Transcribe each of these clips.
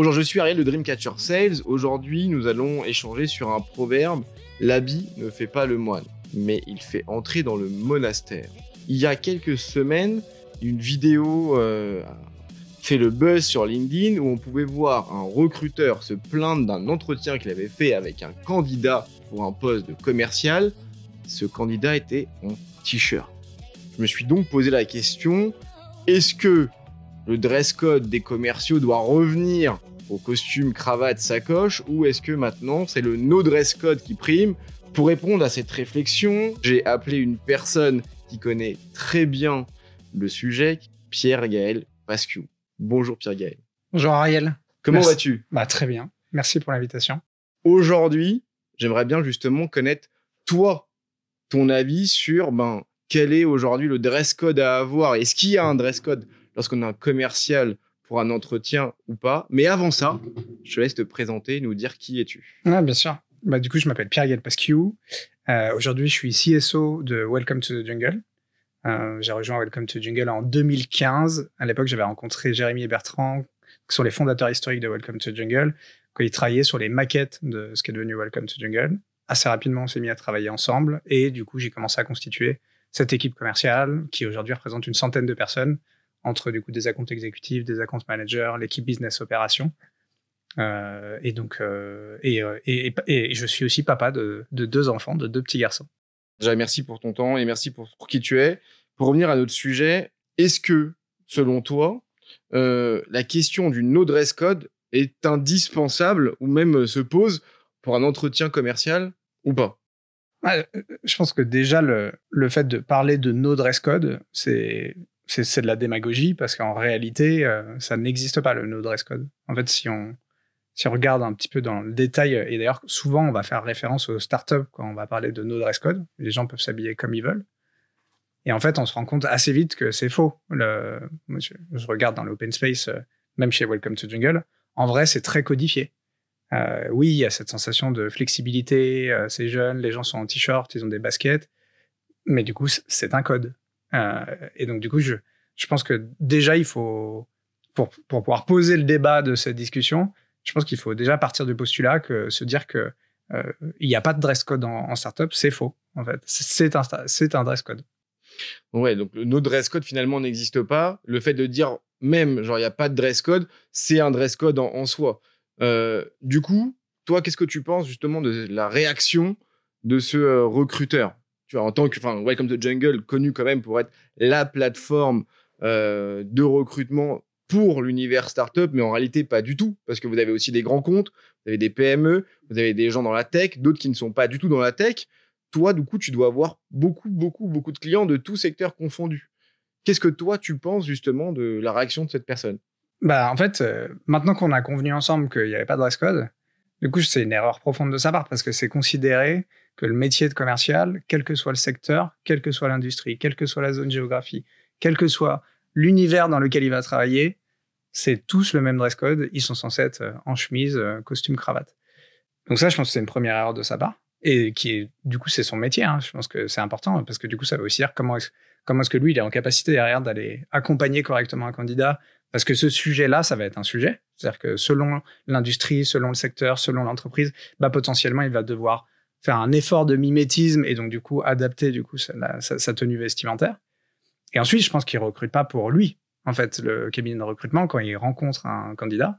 Bonjour, je suis Ariel de Dreamcatcher Sales. Aujourd'hui, nous allons échanger sur un proverbe. L'habit ne fait pas le moine, mais il fait entrer dans le monastère. Il y a quelques semaines, une vidéo fait le buzz sur LinkedIn où on pouvait voir un recruteur se plaindre d'un entretien qu'il avait fait avec un candidat pour un poste de commercial. Ce candidat était en t-shirt. Je me suis donc posé la question, est-ce que le dress code des commerciaux doit revenir au costume, cravate, sacoche, ou est-ce que maintenant c'est le no dress code qui prime? Pour répondre à cette réflexion, j'ai appelé une personne qui connaît très bien le sujet, Pierre-Gaël Pasquiou. Bonjour Pierre-Gaël. Bonjour Ariel. Comment vas-tu? Très bien. Merci pour l'invitation. Aujourd'hui, j'aimerais bien justement connaître toi, ton avis sur quel est aujourd'hui le dress code à avoir. Est-ce qu'il y a un dress code lorsqu'on a un commercial pour un entretien ou pas? Mais avant ça, je te laisse te présenter, nous dire qui es-tu. Bien sûr. Du coup, je m'appelle Pierre-Gaël Pasquiou. Aujourd'hui, je suis CSO de Welcome to the Jungle. J'ai rejoint Welcome to the Jungle en 2015. À l'époque, j'avais rencontré Jérémy et Bertrand, qui sont les fondateurs historiques de Welcome to the Jungle, quand ils travaillaient sur les maquettes de ce qui est devenu Welcome to the Jungle. Assez rapidement, on s'est mis à travailler ensemble et du coup, j'ai commencé à constituer cette équipe commerciale qui aujourd'hui représente une centaine de personnes entre du coup des accounts exécutifs, des account managers, l'équipe business opération. Et je suis aussi papa de 2 enfants, de 2 petits garçons. Déjà, merci pour ton temps et merci pour qui tu es. Pour revenir à notre sujet, est-ce que, selon toi, la question du no dress code est indispensable ou même se pose pour un entretien commercial ou pas? Je pense que déjà, le fait de parler de no dress code, c'est de la démagogie parce qu'en réalité, ça n'existe pas, le no dress code. En fait, si on regarde un petit peu dans le détail, et d'ailleurs, souvent, on va faire référence aux startups quand on va parler de no dress code. Les gens peuvent s'habiller comme ils veulent. Et en fait, on se rend compte assez vite que c'est faux. Moi, je regarde dans l'open space, même chez Welcome to Jungle, en vrai, c'est très codifié. Oui, il y a cette sensation de flexibilité, c'est jeune, les gens sont en t-shirt, ils ont des baskets, mais du coup, c'est un code. Et donc, du coup, je pense que déjà, il faut, pour pouvoir poser le débat de cette discussion, je pense qu'il faut déjà partir du postulat que se dire que il n'y a pas de dress code en startup, c'est faux, en fait. C'est un dress code. Ouais, donc le no dress code finalement n'existe pas. Le fait de dire même, genre, il n'y a pas de dress code, c'est un dress code en soi. Du coup, toi, qu'est-ce que tu penses justement de la réaction de ce recruteur? Tu vois, en tant que, Welcome to the Jungle, connu quand même pour être la plateforme de recrutement pour l'univers startup, mais en réalité pas du tout, parce que vous avez aussi des grands comptes, vous avez des PME, vous avez des gens dans la tech, d'autres qui ne sont pas du tout dans la tech. Toi, du coup, tu dois avoir beaucoup de clients de tous secteurs confondus. Qu'est-ce que toi, tu penses justement de la réaction de cette personne? En fait, maintenant qu'on a convenu ensemble qu'il n'y avait pas de dress code, du coup, c'est une erreur profonde de sa part parce que c'est considéré que le métier de commercial, quel que soit le secteur, quelle que soit l'industrie, quelle que soit la zone géographie, quel que soit l'univers dans lequel il va travailler, c'est tous le même dress code. Ils sont censés être en chemise, costume, cravate. Donc ça, je pense que c'est une première erreur de sa part. Et du coup, c'est son métier. Je pense que c'est important parce que du coup, ça veut aussi dire comment est-ce que lui, il est en capacité derrière d'aller accompagner correctement un candidat. Parce que ce sujet-là, ça va être un sujet. C'est-à-dire que selon l'industrie, selon le secteur, selon l'entreprise, potentiellement, il va devoir faire un effort de mimétisme et donc, du coup, adapter du coup sa tenue vestimentaire. Et ensuite, je pense qu'il recrute pas pour lui. En fait, le cabinet de recrutement, quand il rencontre un candidat,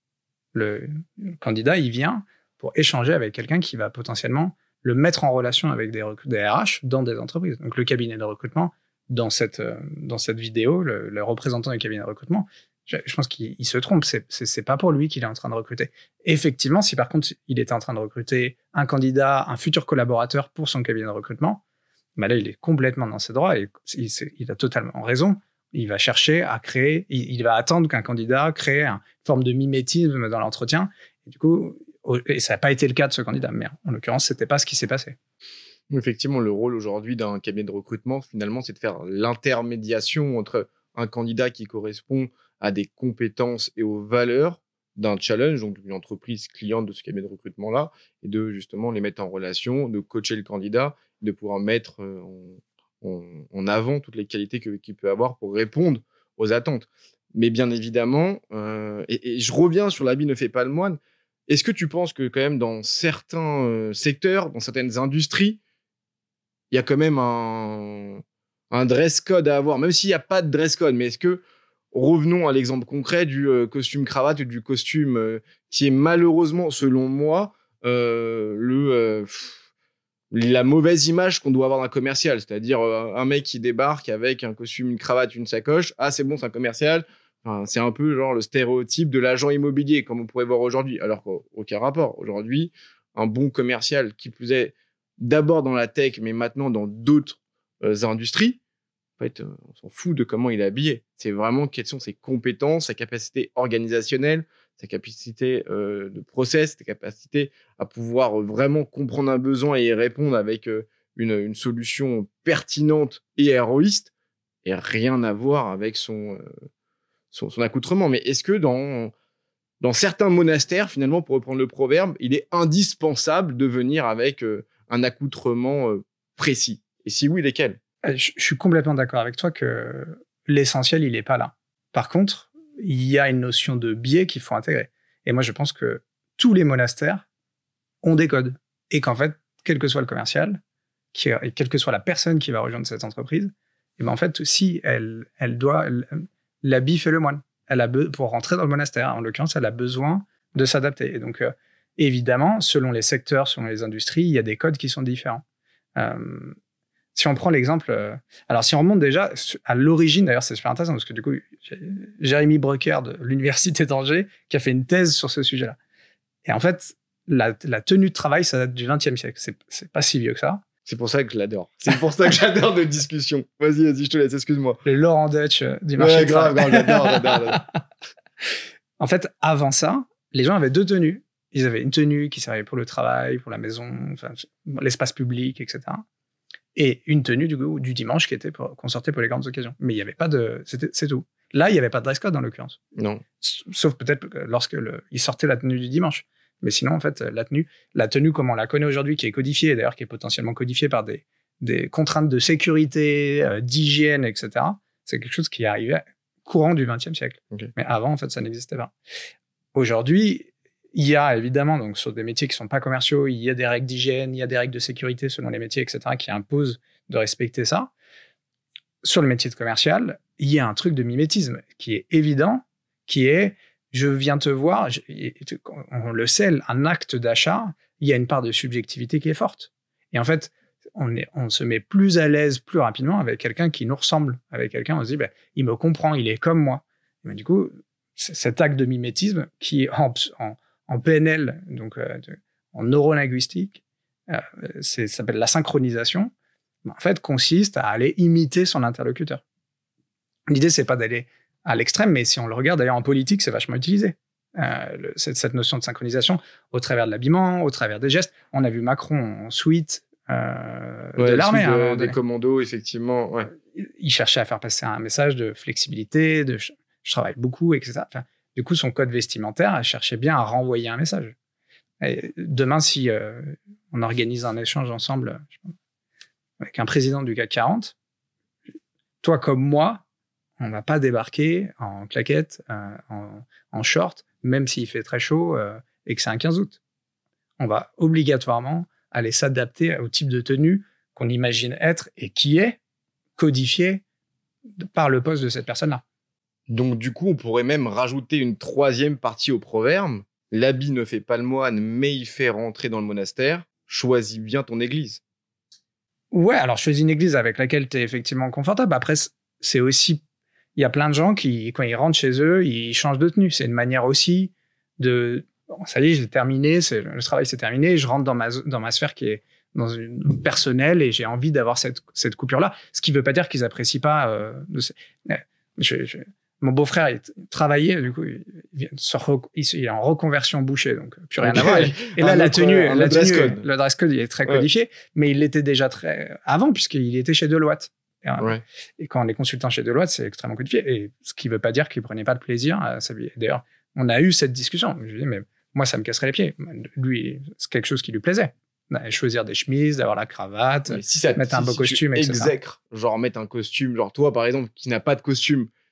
le candidat, il vient pour échanger avec quelqu'un qui va potentiellement le mettre en relation avec des RH dans des entreprises. Donc, le cabinet de recrutement, dans cette vidéo, le représentant du cabinet de recrutement, je pense qu'il se trompe. C'est pas pour lui qu'il est en train de recruter. Effectivement, si par contre, il était en train de recruter un candidat, un futur collaborateur pour son cabinet de recrutement, là, il est complètement dans ses droits et il a totalement raison. Il va chercher à créer, il va attendre qu'un candidat crée une forme de mimétisme dans l'entretien. Et du coup, et ça n'a pas été le cas de ce candidat, mais en l'occurrence, c'était pas ce qui s'est passé. Effectivement, le rôle aujourd'hui d'un cabinet de recrutement, finalement, c'est de faire l'intermédiation entre un candidat qui correspond à des compétences et aux valeurs d'un challenge, donc une entreprise cliente de ce cabinet de recrutement-là, et de justement les mettre en relation, de coacher le candidat, de pouvoir mettre en avant toutes les qualités qu'il peut avoir pour répondre aux attentes. Mais bien évidemment, et je reviens sur l'habit ne fait pas le moine. Est-ce que tu penses que quand même dans certains secteurs, dans certaines industries, il y a quand même un dress code à avoir, même s'il n'y a pas de dress code, mais est-ce que, revenons à l'exemple concret du costume cravate ou du costume qui est malheureusement, selon moi, la mauvaise image qu'on doit avoir d'un commercial, c'est-à-dire un mec qui débarque avec un costume, une cravate, une sacoche, ah c'est bon, c'est un commercial. Enfin, c'est un peu genre le stéréotype de l'agent immobilier, comme on pourrait voir aujourd'hui, alors qu'aucun rapport. Aujourd'hui, un bon commercial, qui plus est, d'abord dans la tech, mais maintenant dans d'autres industries, en fait, on s'en fout de comment il est habillé. C'est vraiment quelles sont ses compétences, sa capacité organisationnelle, sa capacité de process, sa capacité à pouvoir vraiment comprendre un besoin et y répondre avec une solution pertinente et héroïste, et rien à voir avec son accoutrement. Mais est-ce que dans certains monastères, finalement, pour reprendre le proverbe, il est indispensable de venir avec un accoutrement précis? Et si oui, lesquels? Je suis complètement d'accord avec toi que l'essentiel, il n'est pas là. Par contre, il y a une notion de biais qu'il faut intégrer. Et moi, je pense que tous les monastères ont des codes. Et qu'en fait, quel que soit le commercial, et quelle que soit la personne qui va rejoindre cette entreprise, et ben en fait, si elle doit... L'habit fait le moine. Pour rentrer dans le monastère, en l'occurrence, elle a besoin de s'adapter. Et donc, évidemment, selon les secteurs, selon les industries, il y a des codes qui sont différents. Si on prend l'exemple... alors, si on remonte déjà à l'origine, d'ailleurs, c'est super intéressant, parce que du coup, Jérémy Brucker de l'Université d'Angers qui a fait une thèse sur ce sujet-là. Et en fait, la tenue de travail, ça date du XXe siècle. C'est pas si vieux que ça. C'est pour ça que je l'adore. C'est pour ça que j'adore notre discussion. Vas-y, je te laisse, excuse-moi. Le Laurent Dutch du marché du travail. Ouais, grave, j'adore. En fait, avant ça, les gens avaient deux tenues. Ils avaient une tenue qui servait pour le travail, pour la maison, enfin, l'espace public, etc. Et une tenue du dimanche qu'on sortait pour les grandes occasions. Mais il n'y avait pas de... C'est tout. Là, il n'y avait pas de dress code, en l'occurrence. Non. Sauf peut-être lorsque il sortait la tenue du dimanche. Mais sinon, en fait, la tenue comme on la connaît aujourd'hui, qui est codifiée, d'ailleurs, qui est potentiellement codifiée par des contraintes de sécurité, d'hygiène, etc., c'est quelque chose qui est arrivé courant du XXe siècle. Okay. Mais avant, en fait, ça n'existait pas. Aujourd'hui, il y a évidemment, donc, sur des métiers qui ne sont pas commerciaux, il y a des règles d'hygiène, il y a des règles de sécurité selon les métiers, etc., qui imposent de respecter ça. Sur le métier de commercial, il y a un truc de mimétisme qui est évident, qui est... Je viens te voir, on le sait, un acte d'achat, il y a une part de subjectivité qui est forte. Et en fait, on se met plus à l'aise plus rapidement avec quelqu'un qui nous ressemble. Avec quelqu'un, on se dit, il me comprend, il est comme moi. Mais du coup, cet acte de mimétisme qui, en PNL, donc en neurolinguistique, ça s'appelle la synchronisation, en fait, consiste à aller imiter son interlocuteur. L'idée, c'est pas d'aller à l'extrême, mais si on le regarde, d'ailleurs en politique, c'est vachement utilisé. Cette notion de synchronisation au travers de l'habillement, au travers des gestes. On a vu Macron en suite de l'armée. Des commandos, effectivement. Ouais. Il cherchait à faire passer un message de flexibilité, de je travaille beaucoup, etc. Enfin, du coup, son code vestimentaire cherchait bien à renvoyer un message. Et demain, si on organise un échange ensemble avec un président du CAC 40, toi comme moi, on ne va pas débarquer en claquette, en short, même s'il fait très chaud et que c'est un 15 août. On va obligatoirement aller s'adapter au type de tenue qu'on imagine être et qui est codifié par le poste de cette personne-là. Donc, du coup, on pourrait même rajouter une troisième partie au proverbe. L'habit ne fait pas le moine, mais il fait rentrer dans le monastère. Choisis bien ton église. Ouais, alors choisis une église avec laquelle tu es effectivement confortable. Après, c'est aussi... Il y a plein de gens qui, quand ils rentrent chez eux, ils changent de tenue. C'est une manière aussi de... Bon, ça y est, j'ai terminé, le travail c'est terminé, je rentre dans ma sphère qui est dans une personnelle et j'ai envie d'avoir cette coupure-là. Ce qui ne veut pas dire qu'ils n'apprécient pas... mon beaufrère, il travaillait, du coup, il est en reconversion boucher, donc plus rien à voir. Et là, le dress code, il est très codifié, mais il l'était déjà très avant, puisqu'il était chez Deloitte. Et quand on est consultant chez Deloitte, c'est extrêmement codifié. Et ce qui ne veut pas dire qu'il ne prenait pas de plaisir à sa vie. D'ailleurs, on a eu cette discussion. Je lui dis, mais moi, ça me casserait les pieds. Lui, c'est quelque chose qui lui plaisait. Choisir des chemises, d'avoir la cravate, mettre un beau costume, etc. Genre mettre un costume, genre toi, par exemple, qui n'a pas de costume,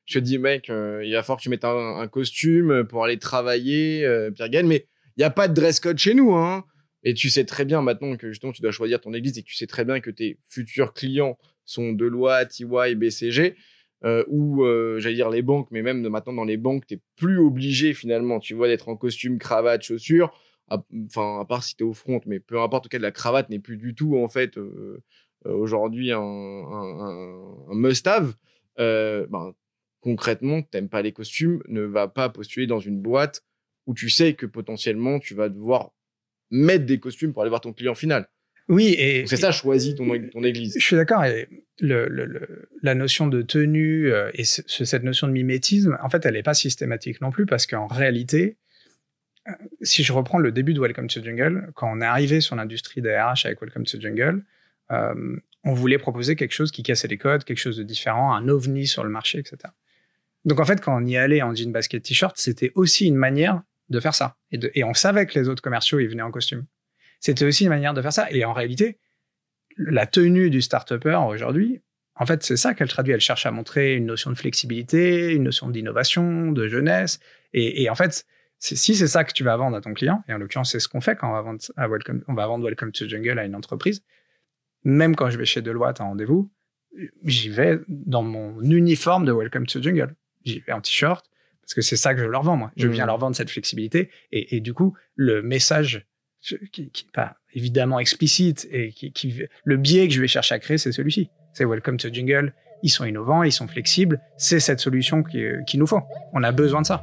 Je te dis, mec, il va falloir que tu mettes un costume pour aller travailler, Pierre-Gaël, mais il n'y a pas de dress code chez nous, hein. Et tu sais très bien maintenant que justement tu dois choisir ton église et que tu sais très bien que tes futurs clients sont Deloitte, EY, BCG, ou j'allais dire les banques, mais même maintenant dans les banques, t'es plus obligé finalement, tu vois, d'être en costume, cravate, chaussures. Enfin, à part si t'es au front, mais peu importe, en tout cas, la cravate n'est plus du tout en fait aujourd'hui un must-have. Concrètement, t'aimes pas les costumes, ne va pas postuler dans une boîte où tu sais que potentiellement tu vas devoir mettre des costumes pour aller voir ton client final. Oui, donc c'est ça, choisis ton église. Je suis d'accord. Et la notion de tenue et cette notion de mimétisme, en fait, elle n'est pas systématique non plus, parce qu'en réalité, si je reprends le début de Welcome to Jungle, quand on est arrivé sur l'industrie des RH avec Welcome to Jungle, on voulait proposer quelque chose qui cassait les codes, quelque chose de différent, un ovni sur le marché, etc. Donc en fait, quand on y allait en jean basket t-shirt, c'était aussi une manière de faire ça. Et on savait que les autres commerciaux, ils venaient en costume. C'était aussi une manière de faire ça. Et en réalité, la tenue du start-upper aujourd'hui, en fait, c'est ça qu'elle traduit. Elle cherche à montrer une notion de flexibilité, une notion d'innovation, de jeunesse. Et en fait, si c'est ça que tu vas vendre à ton client, et en l'occurrence, c'est ce qu'on fait quand on va vendre Welcome to Jungle à une entreprise, même quand je vais chez Deloitte en rendez-vous, j'y vais dans mon uniforme de Welcome to Jungle. J'y vais en t-shirt, parce que c'est ça que je leur vends, moi. Je viens leur vendre cette flexibilité. Et du coup, le message qui n'est pas évidemment explicite, et le biais que je vais chercher à créer, c'est celui-ci. C'est Welcome to Jungle. Ils sont innovants, ils sont flexibles. C'est cette solution qu'il nous faut. On a besoin de ça.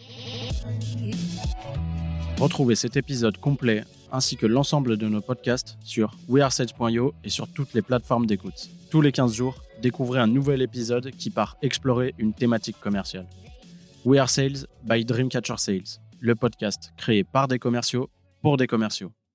Retrouvez cet épisode complet ainsi que l'ensemble de nos podcasts sur wearesales.io et sur toutes les plateformes d'écoute. Tous les 15 jours, découvrez un nouvel épisode qui part explorer une thématique commerciale. We Are Sales by Dreamcatcher Sales, le podcast créé par des commerciaux pour des commerciaux.